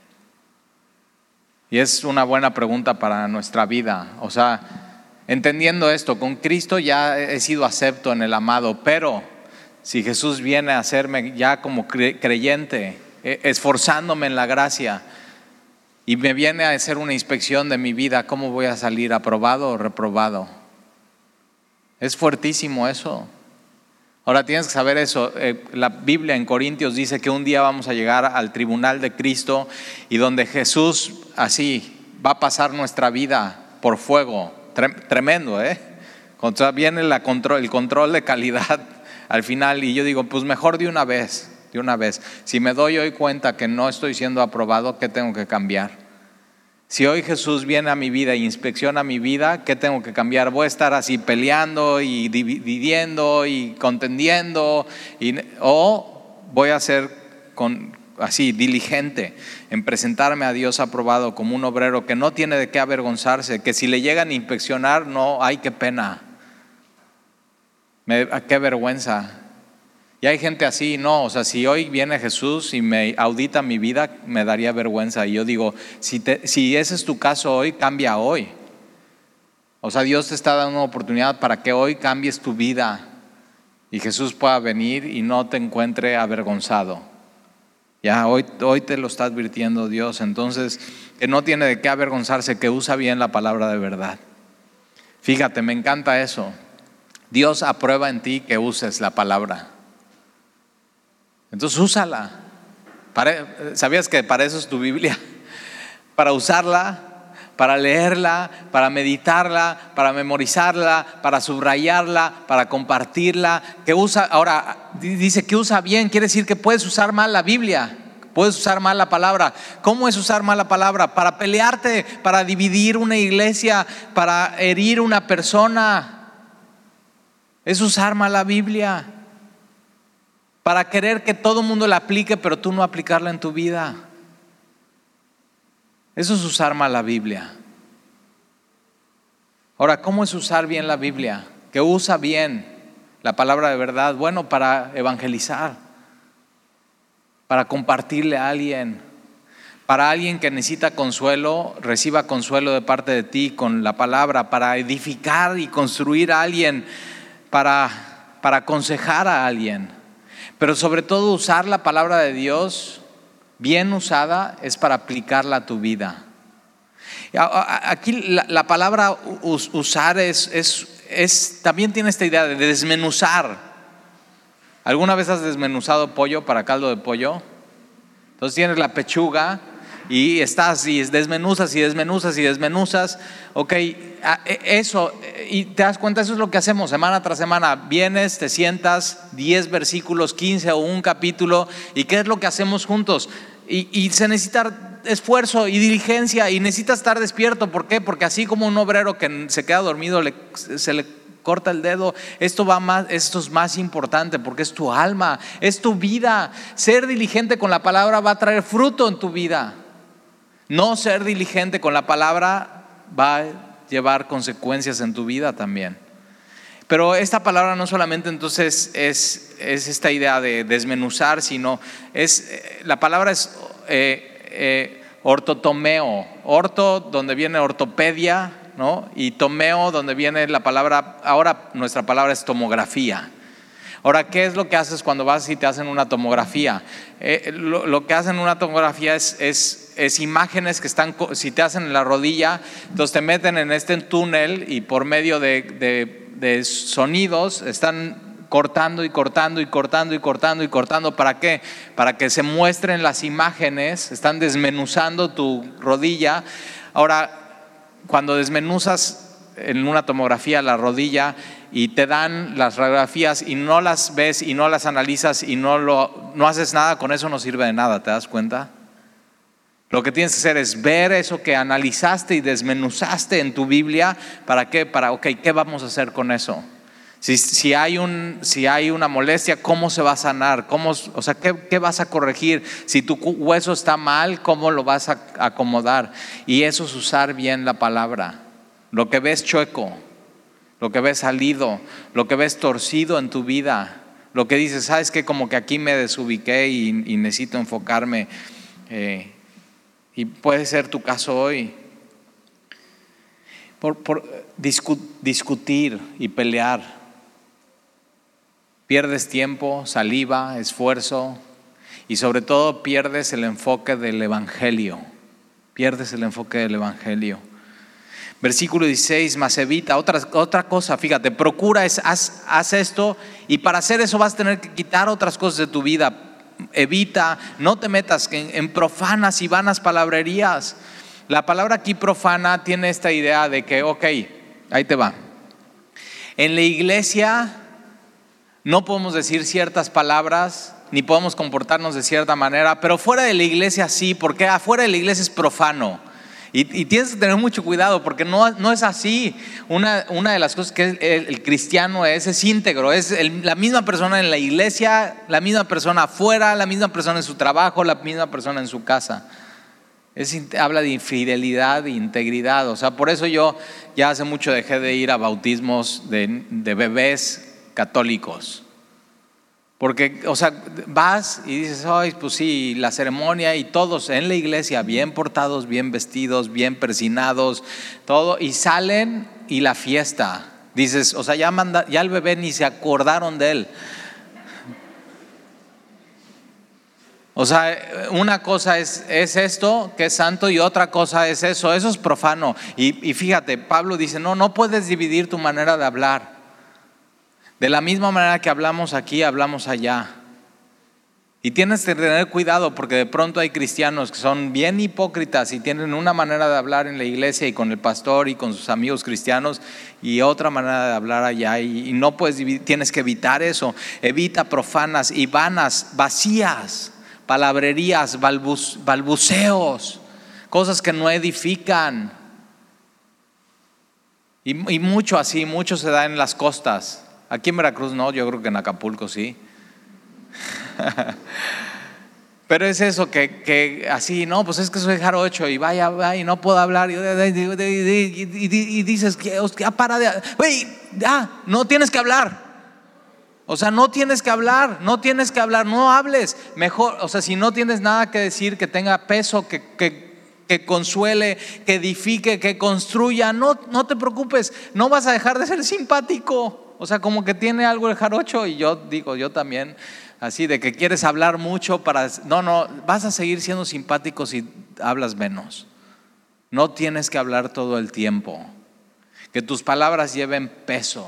S1: Y es una buena pregunta para nuestra vida. O sea, entendiendo esto, con Cristo ya he sido acepto en el amado, pero si Jesús viene a hacerme ya como creyente, esforzándome en la gracia, y me viene a hacer una inspección de mi vida, ¿cómo voy a salir? ¿Aprobado o reprobado? Es fuertísimo eso. Ahora tienes que saber eso. Eh, la Biblia en Corintios dice que un día vamos a llegar al tribunal de Cristo y donde Jesús así va a pasar nuestra vida por fuego. Tremendo, ¿eh? Cuando viene la control, el control de calidad al final y yo digo, pues mejor de una vez, de una vez. Si me doy hoy cuenta que no estoy siendo aprobado, ¿qué tengo que cambiar? Si hoy Jesús viene a mi vida e inspecciona mi vida, ¿qué tengo que cambiar? Voy a estar así peleando y dividiendo y contendiendo y, o voy a ser con, así diligente en presentarme a Dios aprobado como un obrero que no tiene de qué avergonzarse, que si le llegan a inspeccionar, no, ay, qué pena, me, qué vergüenza. Y hay gente así, no, o sea, si hoy viene Jesús y me audita mi vida, me daría vergüenza. Y yo digo, si, te, si ese es tu caso hoy, cambia hoy. O sea, Dios te está dando una oportunidad para que hoy cambies tu vida y Jesús pueda venir y no te encuentre avergonzado. Ya, hoy, hoy te lo está advirtiendo Dios. Entonces, que no tiene de qué avergonzarse, que usa bien la palabra de verdad. Fíjate, me encanta eso. Dios aprueba en ti que uses la palabra. Entonces úsala. Para, ¿sabías que para eso es tu Biblia? Para usarla, para leerla, para meditarla, para memorizarla, para subrayarla, para compartirla. Que usa, ahora dice que usa bien, quiere decir que puedes usar mal la Biblia, puedes usar mal la palabra. ¿Cómo es usar mal la palabra? Para pelearte, para dividir una iglesia, para herir una persona. Es usar mal la Biblia. Para querer que todo el mundo la aplique, pero tú no aplicarla en tu vida. Eso es usar mal la Biblia. Ahora, ¿cómo es usar bien la Biblia? Que usa bien la palabra de verdad. Bueno, para evangelizar, para compartirle a alguien, para alguien que necesita consuelo, reciba consuelo de parte de ti con la palabra, para edificar y construir a alguien, para, para aconsejar a alguien. Pero sobre todo usar la palabra de Dios bien usada es para aplicarla a tu vida. Aquí la, la palabra usar es, es, es, también tiene esta idea de desmenuzar. ¿Alguna vez has desmenuzado pollo para caldo de pollo? Entonces tienes la pechuga y estás y desmenuzas y desmenuzas y desmenuzas. Ok, eso, y te das cuenta, eso es lo que hacemos semana tras semana. Vienes, te sientas, diez versículos, quince o un capítulo. ¿Y qué es lo que hacemos juntos? Y, y se necesita esfuerzo y diligencia y necesitas estar despierto. ¿Por qué? Porque así como un obrero que se queda dormido le, se le corta el dedo, esto va más, esto es más importante porque es tu alma, es tu vida. Ser diligente con la palabra va a traer fruto en tu vida. No ser diligente con la palabra va a llevar consecuencias en tu vida también. Pero esta palabra no solamente entonces es, es esta idea de desmenuzar, sino es, la palabra es eh, eh, ortotomeo. Orto, donde viene ortopedia, ¿no? Y tomeo, donde viene la palabra, ahora nuestra palabra es tomografía. Ahora, ¿qué es lo que haces cuando vas y te hacen una tomografía? Eh, lo, lo que hacen una tomografía es, es, es imágenes que están, si te hacen en la rodilla, entonces te meten en este túnel y por medio de, de, de sonidos están cortando y cortando y cortando y cortando y cortando. ¿Para qué? Para que se muestren las imágenes, están desmenuzando tu rodilla. Ahora, cuando desmenuzas en una tomografía la rodilla y te dan las radiografías y no las ves y no las analizas y no, lo, no haces nada, con eso no sirve de nada, ¿te das cuenta? Lo que tienes que hacer es ver eso que analizaste y desmenuzaste en tu Biblia. ¿Para qué? Para, ok, ¿qué vamos a hacer con eso? Si, si, hay, un, si hay una molestia, ¿cómo se va a sanar? ¿Cómo, o sea, ¿qué, ¿qué vas a corregir? Si tu hueso está mal, ¿cómo lo vas a acomodar? Y eso es usar bien la palabra. Lo que ves chueco, lo que ves salido, lo que ves torcido en tu vida, lo que dices, ¿sabes qué? Como que aquí me desubiqué y, y necesito enfocarme. Eh, y puede ser tu caso hoy. Por, por discu- discutir y pelear. Pierdes tiempo, saliva, esfuerzo y sobre todo pierdes el enfoque del evangelio. Pierdes el enfoque del evangelio. Versículo dieciséis, más evita, otra, otra cosa, fíjate, procura, es, haz, haz esto y para hacer eso vas a tener que quitar otras cosas de tu vida. Evita, no te metas en, en profanas y vanas palabrerías. La palabra aquí profana tiene esta idea de que, ok, ahí te va. En la iglesia no podemos decir ciertas palabras, ni podemos comportarnos de cierta manera, pero fuera de la iglesia sí, porque afuera de la iglesia es profano. Y, y tienes que tener mucho cuidado porque no, no es así. Una, una de las cosas que el, el cristiano es, es íntegro, es el, la misma persona en la iglesia, la misma persona afuera, la misma persona en su trabajo, la misma persona en su casa. Es, habla de infidelidad, de integridad. O sea, por eso yo ya hace mucho dejé de ir a bautismos de, de bebés católicos. Porque, o sea, vas y dices, ay, pues sí, la ceremonia y todos en la iglesia bien portados, bien vestidos, bien persinados, todo, y salen y la fiesta. Dices, o sea, ya, manda, ya el bebé ni se acordaron de él. O sea, una cosa es, es esto, que es santo, y otra cosa es eso, eso es profano. Y, y fíjate, Pablo dice, no, no puedes dividir tu manera de hablar. De la misma manera que hablamos aquí, hablamos allá. Y tienes que tener cuidado porque de pronto hay cristianos que son bien hipócritas y tienen una manera de hablar en la iglesia y con el pastor y con sus amigos cristianos y otra manera de hablar allá. Y, y no puedes dividir, tienes que evitar eso. Evita profanas y vanas, vacías, palabrerías, balbu- balbuceos, cosas que no edifican. Y, y mucho así, mucho se da en las costas. Aquí en Veracruz no, yo creo que en Acapulco sí. Pero es eso que, que así, no, pues es que soy jarocho y vaya, vaya y no puedo hablar. Y, y, y, y, y dices, ya para de, wey, ya, no tienes que hablar. O sea, no tienes que hablar, no tienes que hablar, no hables. Mejor, o sea, si no tienes nada que decir que tenga peso, que, que, que consuele, que edifique, que construya, no, no te preocupes, no vas a dejar de ser simpático. O sea, como que tiene algo el jarocho, y yo digo, yo también, así de que quieres hablar mucho para... No, no, vas a seguir siendo simpático si hablas menos. No tienes que hablar todo el tiempo. Que tus palabras lleven peso.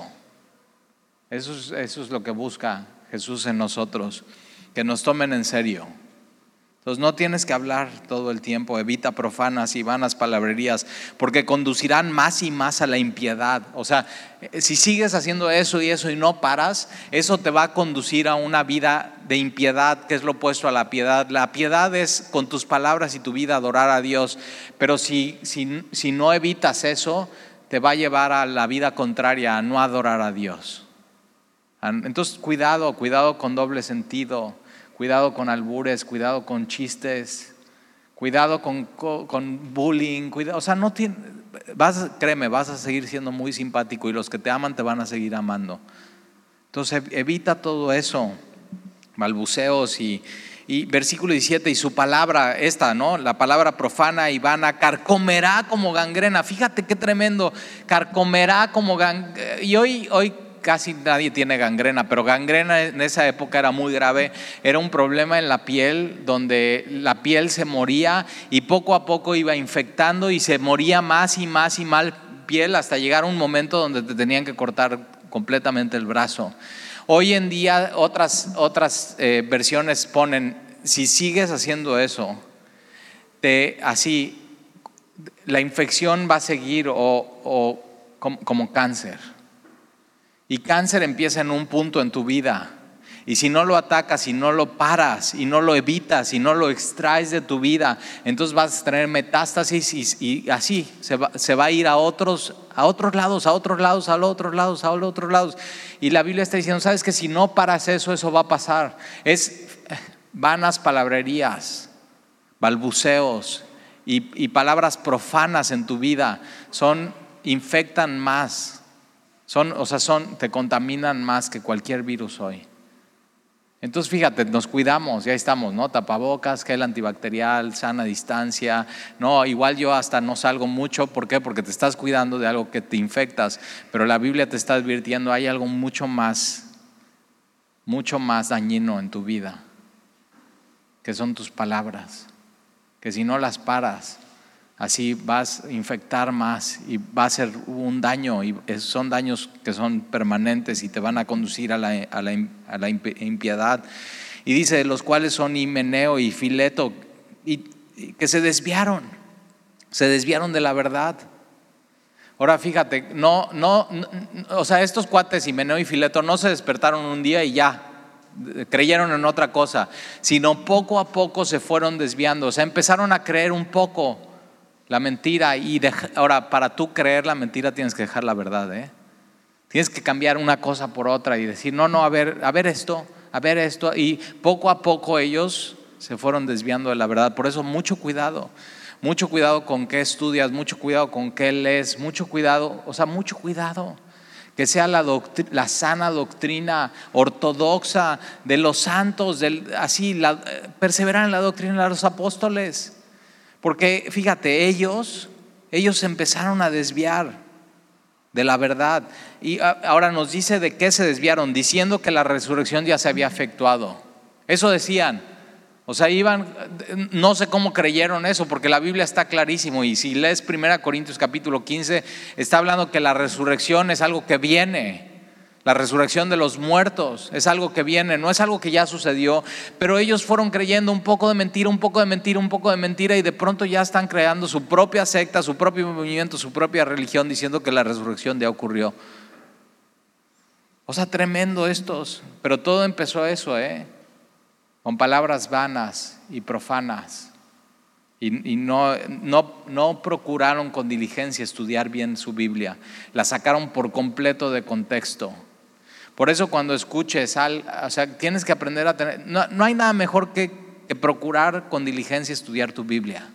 S1: Eso es, eso es lo que busca Jesús en nosotros, que nos tomen en serio. Entonces no tienes que hablar todo el tiempo, evita profanas y vanas palabrerías, porque conducirán más y más a la impiedad. O sea, si sigues haciendo eso y eso y no paras, eso te va a conducir a una vida de impiedad, que es lo opuesto a la piedad. La piedad es con tus palabras y tu vida adorar a Dios, pero si, si, si no evitas eso, te va a llevar a la vida contraria, a no adorar a Dios. Entonces cuidado, cuidado con doble sentido. Cuidado con albures, cuidado con chistes, cuidado con, con, con bullying, cuidado, o sea, no tiene, vas, créeme, vas a seguir siendo muy simpático y los que te aman te van a seguir amando. Entonces evita todo eso, balbuceos y, y versículo diecisiete, y su palabra esta, ¿no? La palabra profana y vana carcomerá como gangrena. Fíjate qué tremendo, carcomerá como gangrena. Y hoy, hoy casi nadie tiene gangrena, pero gangrena en esa época era muy grave. Era un problema en la piel, donde la piel se moría y poco a poco iba infectando y se moría más y más y más piel hasta llegar a un momento donde te tenían que cortar completamente el brazo. Hoy en día otras, otras eh, versiones ponen, si sigues haciendo eso, te, así la infección va a seguir o, o como, como cáncer. Y cáncer empieza en un punto en tu vida. Y si no lo atacas, si no lo paras, y no lo evitas, y no lo extraes de tu vida, entonces vas a tener metástasis y, y así se va, se va a ir a otros, a otros lados, a otros lados, a otros lados, a otros lados. Y la Biblia está diciendo, ¿sabes que si no paras eso, eso va a pasar? Es vanas palabrerías, balbuceos y, y palabras profanas en tu vida, son, infectan más. Son, o sea, son, te contaminan más que cualquier virus hoy. Entonces fíjate, nos cuidamos, ya estamos, ¿no? Tapabocas, gel antibacterial, sana distancia. No, igual yo hasta no salgo mucho. ¿Por qué? Porque te estás cuidando de algo que te infectas. Pero la Biblia te está advirtiendo, hay algo mucho más, mucho más dañino en tu vida, que son tus palabras. Que si no las paras, así vas a infectar más y va a ser un daño, y son daños que son permanentes y te van a conducir a la, a la, a la impiedad. Y dice, los cuales son Himeneo y Fileto, y, y que se desviaron, se desviaron de la verdad. Ahora fíjate, no, no, no, o sea, estos cuates Himeneo y Fileto no se despertaron un día y ya creyeron en otra cosa, sino poco a poco se fueron desviando. O sea, empezaron a creer un poco la mentira y deja, ahora para tú creer la mentira tienes que dejar la verdad, ¿eh? Tienes que cambiar una cosa por otra y decir no, no, a ver, a ver esto, a ver esto, y poco a poco ellos se fueron desviando de la verdad. Por eso mucho cuidado, mucho cuidado con qué estudias, mucho cuidado con qué lees, mucho cuidado, o sea, mucho cuidado. que sea la, doctri- la sana doctrina ortodoxa de los santos, del, así, la, perseverar en la doctrina de los apóstoles. Porque fíjate, ellos, ellos empezaron a desviar de la verdad. Y ahora nos dice de qué se desviaron, diciendo que la resurrección ya se había efectuado. Eso decían. O sea, iban, no sé cómo creyeron eso, porque la Biblia está clarísimo. Y si lees primera Corintios capítulo quince, está hablando que la resurrección es algo que viene. La resurrección de los muertos es algo que viene, no es algo que ya sucedió. Pero ellos fueron creyendo un poco de mentira, un poco de mentira, un poco de mentira, y de pronto ya están creando su propia secta, su propio movimiento, su propia religión, diciendo que la resurrección ya ocurrió. O sea, tremendo estos. Pero todo empezó eso, ¿eh? Con palabras vanas y profanas, y, y no, no, no procuraron con diligencia estudiar bien su Biblia, la sacaron por completo de contexto. Por eso cuando escuches, al, o sea, tienes que aprender a tener, no, no hay nada mejor que, que procurar con diligencia estudiar tu Biblia.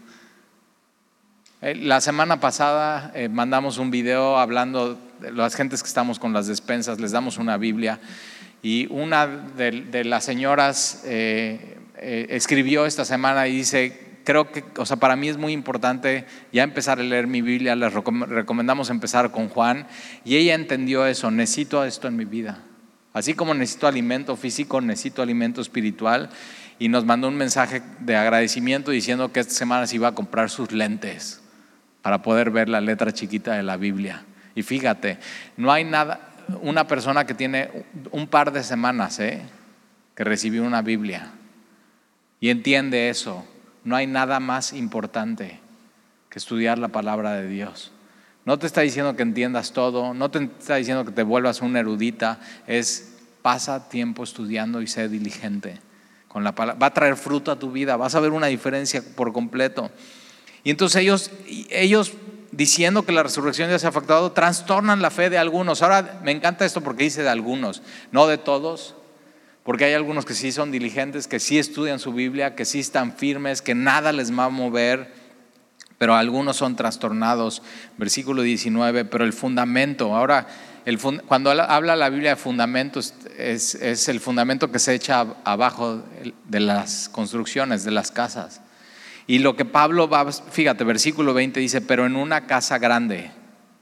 S1: Eh, la semana pasada eh, mandamos un video hablando de las gentes que estamos con las despensas, les damos una Biblia. Y una de, de las señoras eh, eh, escribió esta semana y dice, creo que, o sea, para mí es muy importante ya empezar a leer mi Biblia, les recomendamos empezar con Juan, y ella entendió eso, necesito esto en mi vida. Así como necesito alimento físico, necesito alimento espiritual, y nos mandó un mensaje de agradecimiento diciendo que esta semana se iba a comprar sus lentes para poder ver la letra chiquita de la Biblia. Y fíjate, no hay nada... Una persona que tiene un par de semanas ¿eh? que recibió una Biblia y entiende eso, no hay nada más importante que estudiar la palabra de Dios. No te está diciendo que entiendas todo, no te está diciendo que te vuelvas una erudita, es pasa tiempo estudiando y sé diligente con la palabra. Va a traer fruto a tu vida, vas a ver una diferencia por completo. Y entonces ellos, ellos diciendo que la resurrección ya se ha efectuado, trastornan la fe de algunos. Ahora me encanta esto porque dice de algunos, no de todos, porque hay algunos que sí son diligentes, que sí estudian su Biblia, que sí están firmes, que nada les va a mover, pero algunos son trastornados. Versículo diecinueve, pero el fundamento, ahora el fund, cuando habla la Biblia de fundamentos, es, es el fundamento que se echa abajo de las construcciones, de las casas. Y lo que Pablo va, fíjate, versículo veinte dice, pero en una casa grande.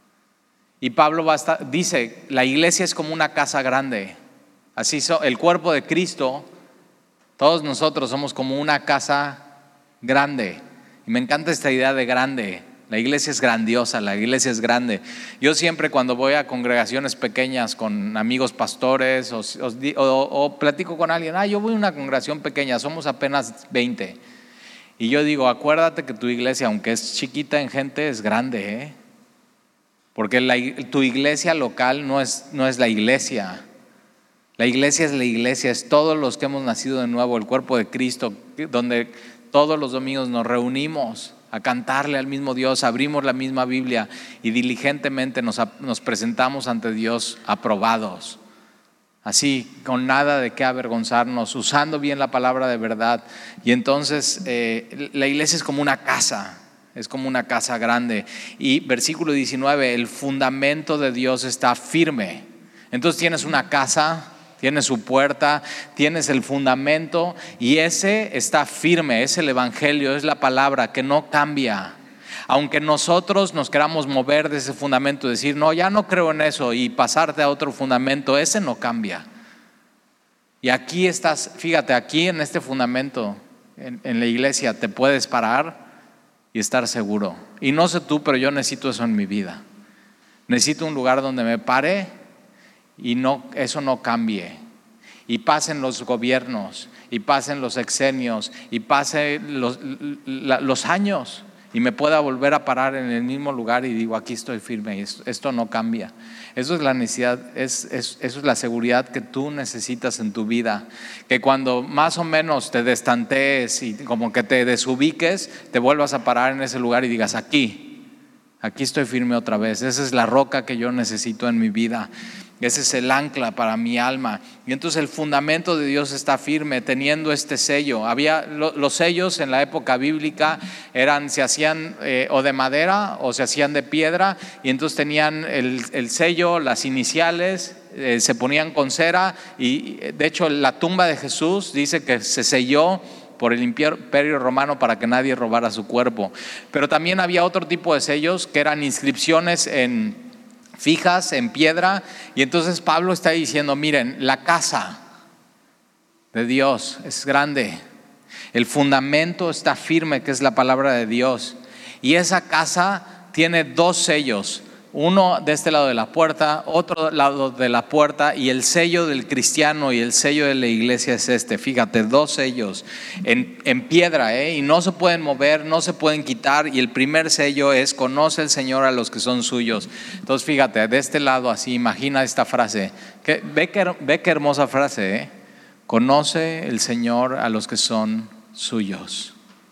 S1: Y Pablo va a estar, dice, la iglesia es como una casa grande. Así so, el cuerpo de Cristo, todos nosotros somos como una casa grande. Y me encanta esta idea de grande. La iglesia es grandiosa, la iglesia es grande. Yo siempre cuando voy a congregaciones pequeñas con amigos pastores o, o, o platico con alguien, ah, yo voy a una congregación pequeña, somos apenas veinte. Y yo digo, acuérdate que tu iglesia, aunque es chiquita en gente, es grande, ¿eh? Porque la, tu iglesia local no es, no es la iglesia. La iglesia es la iglesia, es todos los que hemos nacido de nuevo, el cuerpo de Cristo, donde todos los domingos nos reunimos a cantarle al mismo Dios, abrimos la misma Biblia y diligentemente nos, nos presentamos ante Dios aprobados. Así, con nada de qué avergonzarnos, usando bien la palabra de verdad. Y entonces eh, la iglesia es como una casa, es como una casa grande. Y versículo diecinueve, el fundamento de Dios está firme. Entonces tienes una casa, tienes su puerta, tienes el fundamento y ese está firme, es el evangelio, es la palabra que no cambia. Aunque nosotros nos queramos mover de ese fundamento, decir, no, ya no creo en eso y pasarte a otro fundamento, ese no cambia. Y aquí estás, fíjate, aquí en este fundamento, en, en la iglesia, te puedes parar y estar seguro. Y no sé tú, pero yo necesito eso en mi vida. Necesito un lugar donde me pare y no, eso no cambie. Y pasen los gobiernos, y pasen los sexenios, y pasen los, los años. Y me pueda volver a parar en el mismo lugar y digo, aquí estoy firme, esto, esto no cambia. Eso es la necesidad, es, es, eso es la seguridad que tú necesitas en tu vida. Que cuando más o menos te destantees y como que te desubiques, te vuelvas a parar en ese lugar y digas, aquí, aquí estoy firme otra vez. Esa es la roca que yo necesito en mi vida. Ese es el ancla para mi alma. Y entonces el fundamento de Dios está firme teniendo este sello. Había lo, los sellos en la época bíblica eran, se hacían eh, o de madera o se hacían de piedra, y entonces tenían el, el sello, las iniciales, eh, se ponían con cera, y de hecho la tumba de Jesús dice que se selló por el imperio romano para que nadie robara su cuerpo. Pero también había otro tipo de sellos que eran inscripciones en fijas en piedra. Y entonces Pablo está diciendo: miren, la casa de Dios es grande, el fundamento está firme, que es la palabra de Dios, y esa casa tiene dos sellos, uno de este lado de la puerta, otro lado de la puerta, y el sello del cristiano y el sello de la iglesia es este. Fíjate, dos sellos en, en piedra, ¿eh? Y no se pueden mover, no se pueden quitar. Y el primer sello es: conoce el Señor a los que son suyos. Entonces fíjate, de este lado así, imagina esta frase, que, ve, que, ve qué hermosa frase, ¿eh? Conoce el Señor a los que son suyos.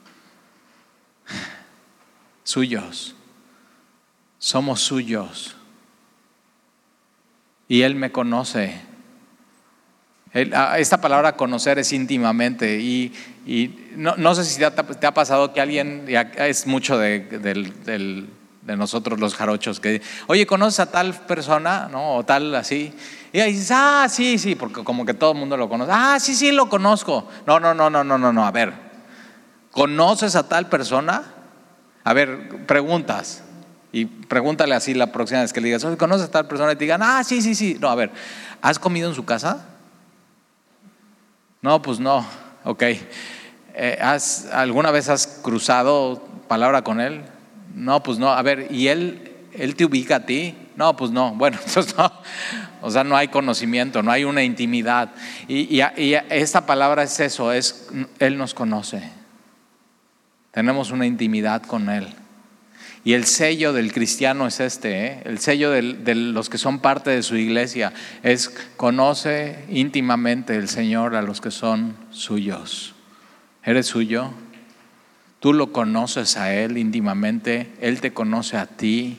S1: Suyos. Somos suyos. Y Él me conoce. Él, esta palabra conocer es íntimamente. Y, y no, no sé si te ha, te ha pasado que alguien, es mucho de, de, de, de nosotros los jarochos, que oye, ¿conoces a tal persona? ¿No? O tal así. Y ahí dices: ah, sí, sí, porque como que todo el mundo lo conoce. Ah, sí, sí, lo conozco. No, no, no, no, no, no, no. A ver, ¿conoces a tal persona? A ver, preguntas. Y pregúntale así la próxima vez que le digas: oye, ¿conoces a tal persona? Y te digan: ah, sí, sí, sí. No, a ver, ¿has comido en su casa? No, pues no. Ok. Eh, ¿has, ¿Alguna vez has cruzado palabra con él? No, pues no. A ver, ¿y él, él te ubica a ti? No, pues no. Bueno, entonces no. O sea, no hay conocimiento, no hay una intimidad. Y, y, y esta palabra es eso, es Él nos conoce. Tenemos una intimidad con Él. Y el sello del cristiano es este, ¿eh? El sello de, de los que son parte de su iglesia es: conoce íntimamente el Señor a los que son suyos. ¿Eres suyo? Tú lo conoces a Él íntimamente, Él te conoce a ti.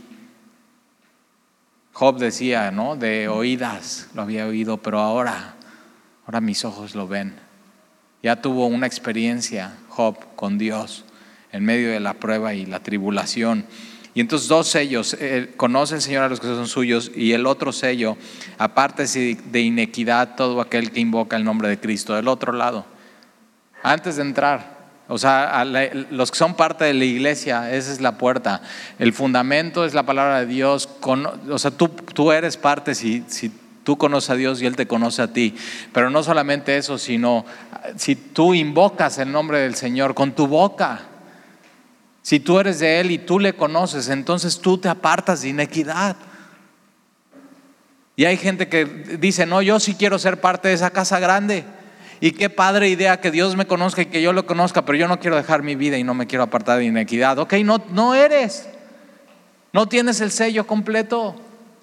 S1: Job decía, ¿no? De oídas lo había oído, pero ahora, ahora mis ojos lo ven. Ya tuvo una experiencia Job con Dios en medio de la prueba y la tribulación. Y entonces dos sellos: eh, conoce el Señor a los que son suyos, y el otro sello: apártese de inequidad todo aquel que invoca el nombre de Cristo. Del otro lado, antes de entrar, o sea, a la, los que son parte de la iglesia, esa es la puerta. El fundamento es la palabra de Dios. Con, o sea, tú, tú eres parte si, si tú conoces a Dios y Él te conoce a ti. Pero no solamente eso, sino si tú invocas el nombre del Señor con tu boca, si tú eres de Él y tú le conoces, entonces tú te apartas de inequidad. Y hay gente que dice: no, yo sí quiero ser parte de esa casa grande. Y qué padre idea que Dios me conozca y que yo lo conozca, pero yo no quiero dejar mi vida y no me quiero apartar de inequidad. Ok, no, no eres. No tienes el sello completo.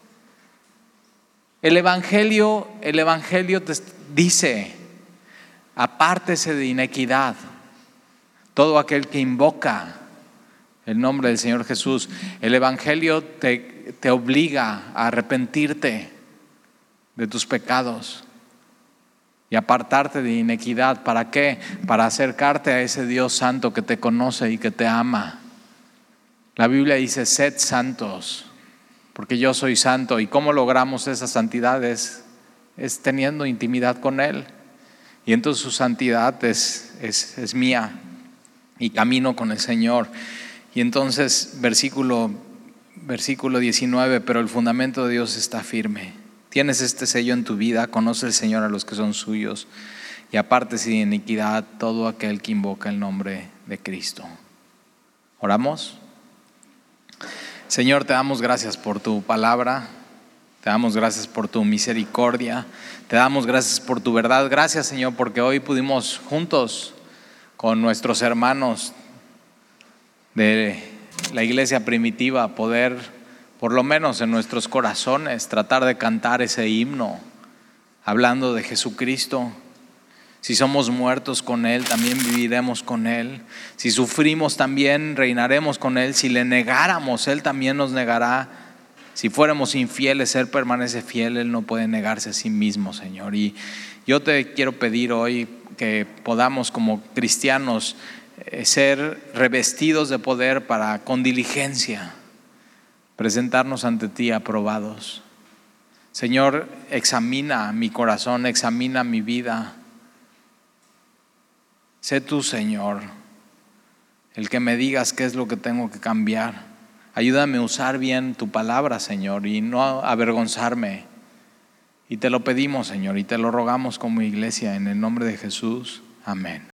S1: El Evangelio, el Evangelio te dice: apártese de inequidad todo aquel que invoca el nombre del Señor Jesús. El Evangelio te, te obliga a arrepentirte de tus pecados y apartarte de inequidad. ¿Para qué? Para acercarte a ese Dios santo que te conoce y que te ama. La Biblia dice: sed santos, porque yo soy santo. ¿Y cómo logramos esa santidad? Es, es teniendo intimidad con Él. Y entonces su santidad es, es, es mía, y camino con el Señor. Y entonces versículo, versículo diecinueve: pero el fundamento de Dios está firme. Tienes este sello en tu vida: conoce el Señor a los que son suyos, y apártese de iniquidad todo aquel que invoca el nombre de Cristo. ¿Oramos? Señor, te damos gracias por tu palabra, te damos gracias por tu misericordia, te damos gracias por tu verdad. Gracias, Señor, porque hoy pudimos juntos con nuestros hermanos de la iglesia primitiva poder, por lo menos en nuestros corazones, tratar de cantar ese himno hablando de Jesucristo. Si somos muertos con Él, también viviremos con Él. Si sufrimos, también reinaremos con Él. Si le negáramos, Él también nos negará. Si fuéramos infieles, Él permanece fiel, Él no puede negarse a sí mismo, Señor. Y yo te quiero pedir hoy que podamos como cristianos eh, ser revestidos de poder para con diligencia presentarnos ante ti aprobados. Señor, examina mi corazón, examina mi vida. Sé tú, Señor, el que me digas qué es lo que tengo que cambiar. Ayúdame a usar bien tu palabra, Señor, y no avergonzarme. Y te lo pedimos, Señor, y te lo rogamos como iglesia en el nombre de Jesús. Amén.